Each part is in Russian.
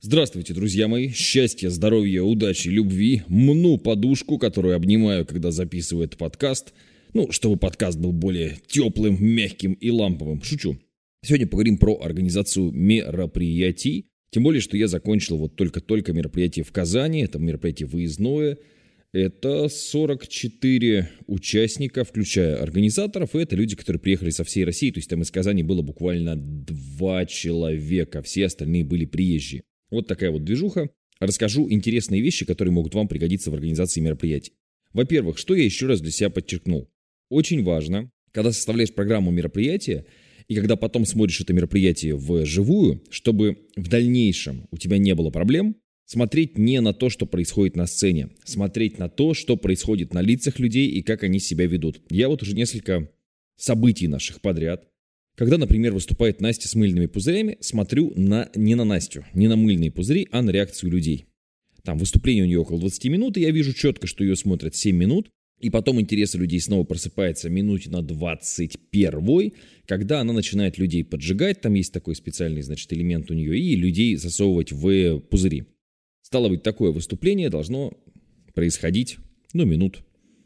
Здравствуйте, друзья мои. Счастья, здоровья, удачи, любви. Мну подушку, которую обнимаю, когда записываю этот подкаст. Чтобы подкаст был более теплым, мягким и ламповым. Шучу. Сегодня поговорим про организацию мероприятий. Тем более, что я закончил вот только-только мероприятие в Казани. Это мероприятие выездное. Это 44 участника, включая организаторов. И это люди, которые приехали со всей России. То есть там из Казани было буквально 2 человека. Все остальные были приезжие. Вот такая вот движуха. Расскажу интересные вещи, которые могут вам пригодиться в организации мероприятий. Во-первых, что я еще раз для себя подчеркнул. Очень важно, когда составляешь программу мероприятия, и когда потом смотришь это мероприятие вживую, чтобы в дальнейшем у тебя не было проблем, смотреть не на то, что происходит на сцене, смотреть на то, что происходит на лицах людей и как они себя ведут. Я вот уже несколько событий наших подряд, когда, например, выступает Настя с мыльными пузырями, смотрю не на Настю, не на мыльные пузыри, а на реакцию людей. Там выступление у нее около 20 минут, и я вижу четко, что ее смотрят 7 минут, и потом интерес у людей снова просыпается минуте на 21-й, когда она начинает людей поджигать, там есть такой специальный, элемент у нее, и людей засовывать в пузыри. Стало быть, такое выступление должно происходить, минут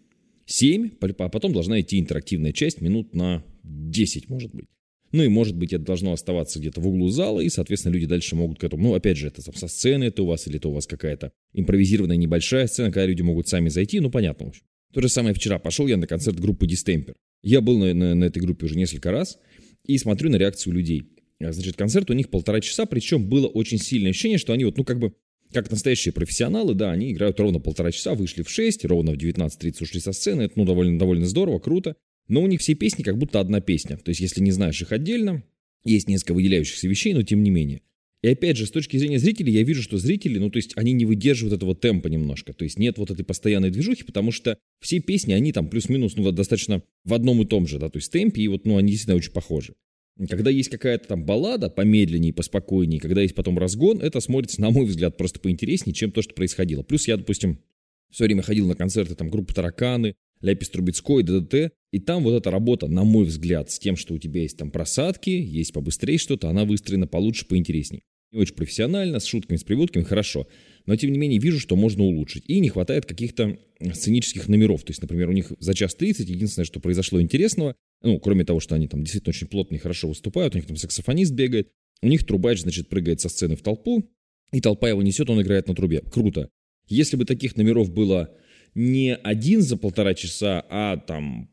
7, а потом должна идти интерактивная часть минут на 10, может быть. И, может быть, это должно оставаться где-то в углу зала, и, соответственно, люди дальше могут к этому... опять же, это со сцены это у вас, или это у вас какая-то импровизированная небольшая сцена, когда люди могут сами зайти, понятно, в общем. То же самое вчера. Пошел я на концерт группы Distemper. Я был на этой группе уже несколько раз, и смотрю на реакцию людей. Концерт у них 1,5 часа, причем было очень сильное ощущение, что они как настоящие профессионалы, да, они играют ровно 1,5 часа, вышли в 6, ровно в 19:30 ушли со сцены, это, довольно здорово, круто. Но у них все песни как будто одна песня. То есть, если не знаешь их отдельно, есть несколько выделяющихся вещей, но тем не менее. И опять же, с точки зрения зрителей, я вижу, что зрители, они не выдерживают этого темпа немножко. То есть, нет вот этой постоянной движухи, потому что все песни, они там плюс-минус, достаточно в одном и том же, да, то есть темпе, и они действительно очень похожи. Когда есть какая-то там баллада помедленнее, поспокойнее, когда есть потом разгон, это смотрится, на мой взгляд, просто поинтереснее, чем то, что происходило. Плюс я, допустим, все время ходил на концерты там группы «Тараканы», Ляпис Трубецкой, ДДТ, и там вот эта работа, на мой взгляд, с тем, что у тебя есть там просадки, есть побыстрее что-то, она выстроена получше, поинтереснее. Не очень профессионально, с шутками, с приводками, хорошо. Но, тем не менее, вижу, что можно улучшить. И не хватает каких-то сценических номеров. То есть, например, у них за 1:30 единственное, что произошло интересного, кроме того, что они там действительно очень плотно и хорошо выступают, у них там саксофонист бегает, у них трубач, прыгает со сцены в толпу, и толпа его несет, он играет на трубе. Круто. Если бы таких номеров было не один за 1,5 часа, а там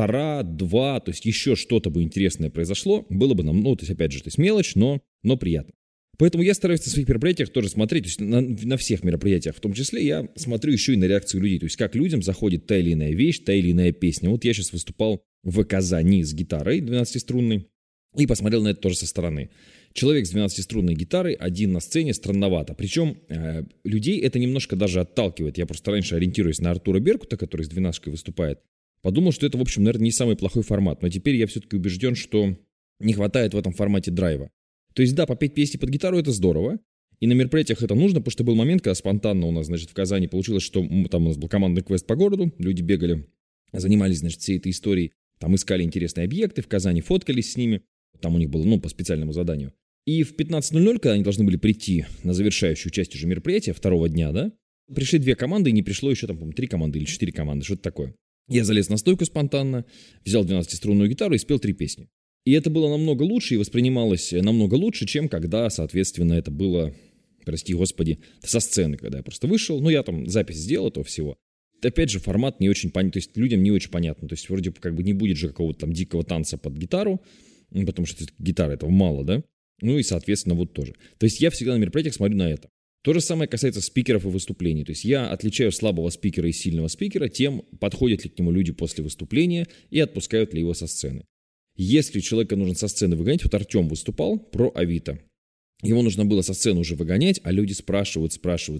1,5-2, то есть еще что-то бы интересное произошло, было бы нам, опять же, мелочь, но приятно. Поэтому я стараюсь на своих мероприятиях тоже смотреть, то есть на всех мероприятиях в том числе, я смотрю еще и на реакцию людей, то есть как людям заходит та или иная вещь, та или иная песня. Вот я сейчас выступал в Казани с гитарой 12-струнной и посмотрел на это тоже со стороны. Человек с 12-струнной гитарой один на сцене странновато. Причем людей это немножко даже отталкивает. Я просто раньше, ориентируясь на Артура Беркута, который с 12-кой выступает, подумал, что это, в общем, наверное, не самый плохой формат. Но теперь я все-таки убежден, что не хватает в этом формате драйва. То есть, да, попеть песни под гитару — это здорово. И на мероприятиях это нужно, потому что был момент, когда спонтанно у нас, в Казани получилось, что там у нас был командный квест по городу. Люди бегали, занимались, всей этой историей. Там искали интересные объекты в Казани, фоткались с ними. Там у них было, по специальному заданию. И в 15:00, когда они должны были прийти на завершающую часть уже мероприятия, второго дня, да, пришли 2 команды, и не пришло еще там, по-моему, 3 команды или 4 команды, что-то такое. Я залез на стойку спонтанно, взял 12-струнную гитару и спел 3 песни. И это было намного лучше и воспринималось намного лучше, чем когда, соответственно, это было, прости господи, со сцены, когда я просто вышел, я там запись сделал этого всего. Опять же, формат не очень понятен, то есть людям не очень понятно, то есть вроде не будет же какого-то там дикого танца под гитару, потому что гитары этого мало, да? И, соответственно, вот тоже. То есть я всегда на мероприятиях смотрю на это. То же самое касается спикеров и выступлений. То есть я отличаю слабого спикера и сильного спикера тем, подходят ли к нему люди после выступления и отпускают ли его со сцены. Если человека нужно со сцены выгонять, вот Артем выступал про Авито. Его нужно было со сцены уже выгонять, а люди спрашивают.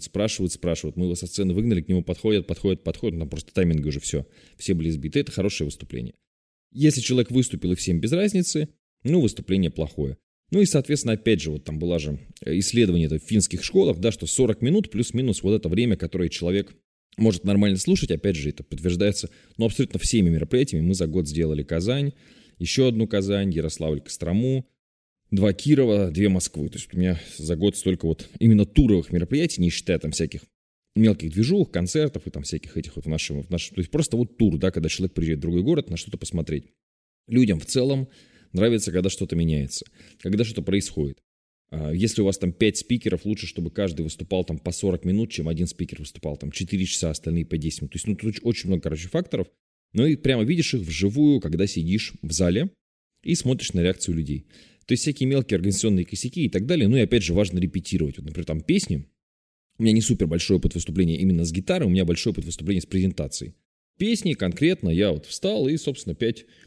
Мы его со сцены выгнали, к нему подходят, там просто тайминги уже все были сбиты. Это хорошее выступление. Если человек выступил и всем без разницы, выступление плохое. И, соответственно, опять же, вот там было же исследование в финских школах, да, что 40 минут плюс-минус вот это время, которое человек может нормально слушать. Опять же, это подтверждается, абсолютно всеми мероприятиями. Мы за год сделали Казань, еще одну Казань, Ярославль, Кострому, 2 Кирова, 2 Москвы. То есть у меня за год столько вот именно туровых мероприятий, не считая там всяких мелких движух, концертов и там всяких этих вот в нашем. То есть просто вот тур, да, когда человек приезжает в другой город на что-то посмотреть. Людям в целом нравится, когда что-то меняется, когда что-то происходит. Если у вас там 5 спикеров, лучше, чтобы каждый выступал там по 40 минут, чем один спикер выступал там 4 часа, остальные по 10 минут. То есть, тут очень много, факторов. Ну и прямо видишь их вживую, когда сидишь в зале и смотришь на реакцию людей. То есть всякие мелкие организационные косяки и так далее. Ну и опять же важно репетировать. Вот, например, там песни. У меня не супер большой опыт выступления именно с гитарой, у меня большой опыт выступления с презентацией. Песни конкретно я вот встал и, собственно,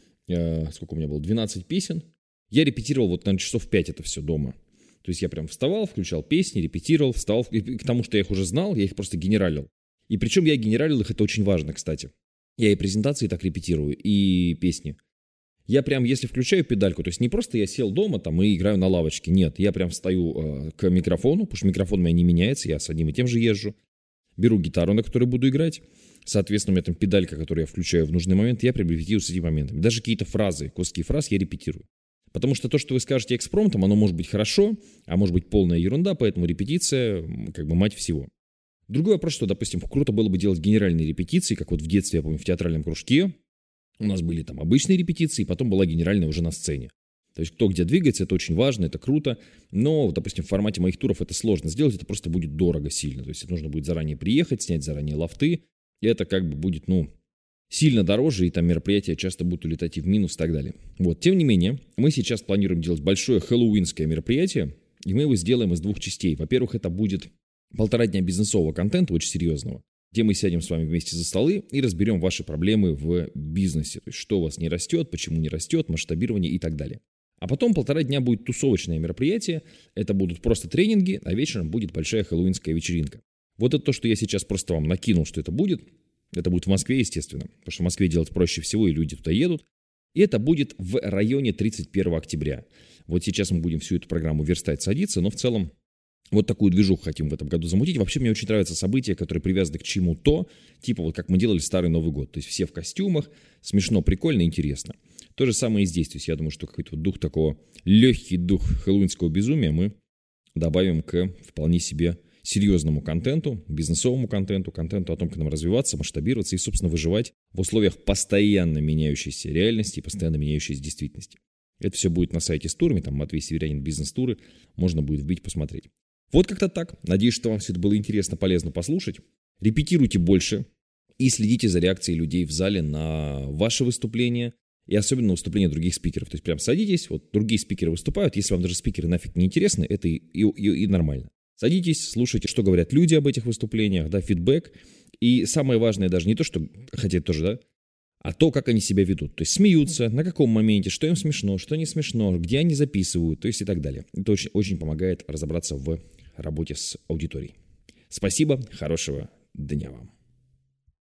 12 песен. Я репетировал вот, наверное, часов 5 это все дома. То есть я прям вставал, включал песни, репетировал, встал. И к тому, что я их уже знал, я их просто генералил. И причем я генералил их, это очень важно, кстати. Я и презентации так репетирую, и песни. Я прям, если включаю педальку, то есть не просто я сел дома там и играю на лавочке. Нет, я прям встаю к микрофону, потому что микрофон у меня не меняется, я с одним и тем же езжу. Беру гитару, на которой буду играть. Соответственно, у меня там педалька, которую я включаю в нужный момент, я прям репетирую с этими моментами. Даже какие-то фразы, куски фраз я репетирую. Потому что то, что вы скажете экспромтом, оно может быть хорошо, а может быть полная ерунда, поэтому репетиция как бы мать всего. Другой вопрос, что, допустим, круто было бы делать генеральные репетиции, как вот в детстве, я помню, в театральном кружке. У нас были там обычные репетиции, потом была генеральная уже на сцене. То есть кто где двигается, это очень важно, это круто. Но, допустим, в формате моих туров это сложно сделать, это просто будет дорого сильно. То есть это нужно будет заранее приехать, снять заранее лафты. И это как бы будет, сильно дороже, и там мероприятия часто будут улетать и в минус и так далее. Вот, тем не менее, мы сейчас планируем делать большое хэллоуинское мероприятие, и мы его сделаем из 2 частей. Во-первых, это будет 1,5 дня бизнесового контента, очень серьезного, где мы сядем с вами вместе за столы и разберем ваши проблемы в бизнесе. То есть, что у вас не растет, почему не растет, масштабирование и так далее. А потом 1,5 дня будет тусовочное мероприятие. Это будут просто тренинги, а вечером будет большая хэллоуинская вечеринка. Вот это то, что я сейчас просто вам накинул, что это будет. Это будет в Москве, естественно, потому что в Москве делать проще всего, и люди туда едут. И это будет в районе 31 октября. Вот сейчас мы будем всю эту программу верстать, садиться, но в целом вот такую движуху хотим в этом году замутить. Вообще мне очень нравятся события, которые привязаны к чему-то, типа вот как мы делали Старый Новый год. То есть все в костюмах, смешно, прикольно, интересно. То же самое и здесь. То есть я думаю, что какой-то вот дух такого, легкий дух хэллоуинского безумия мы добавим к вполне себе серьезному контенту, бизнесовому контенту о том, как нам развиваться, масштабироваться и, собственно, выживать в условиях постоянно меняющейся реальности и постоянно меняющейся действительности. Это все будет на сайте с турами, там Матвей Северянин, бизнес-туры, можно будет вбить, посмотреть. Вот как-то так. Надеюсь, что вам все это было интересно, полезно послушать. Репетируйте больше и следите за реакцией людей в зале на ваши выступления и особенно на выступления других спикеров. То есть прям садитесь, вот другие спикеры выступают, если вам даже спикеры нафиг не интересны, это и нормально. Садитесь, слушайте, что говорят люди об этих выступлениях, да, фидбэк. И самое важное даже не то, что, хотя тоже, да, а то, как они себя ведут. То есть смеются, на каком моменте, что им смешно, что не смешно, где они записывают, то есть и так далее. Это очень, очень помогает разобраться в работе с аудиторией. Спасибо, хорошего дня вам.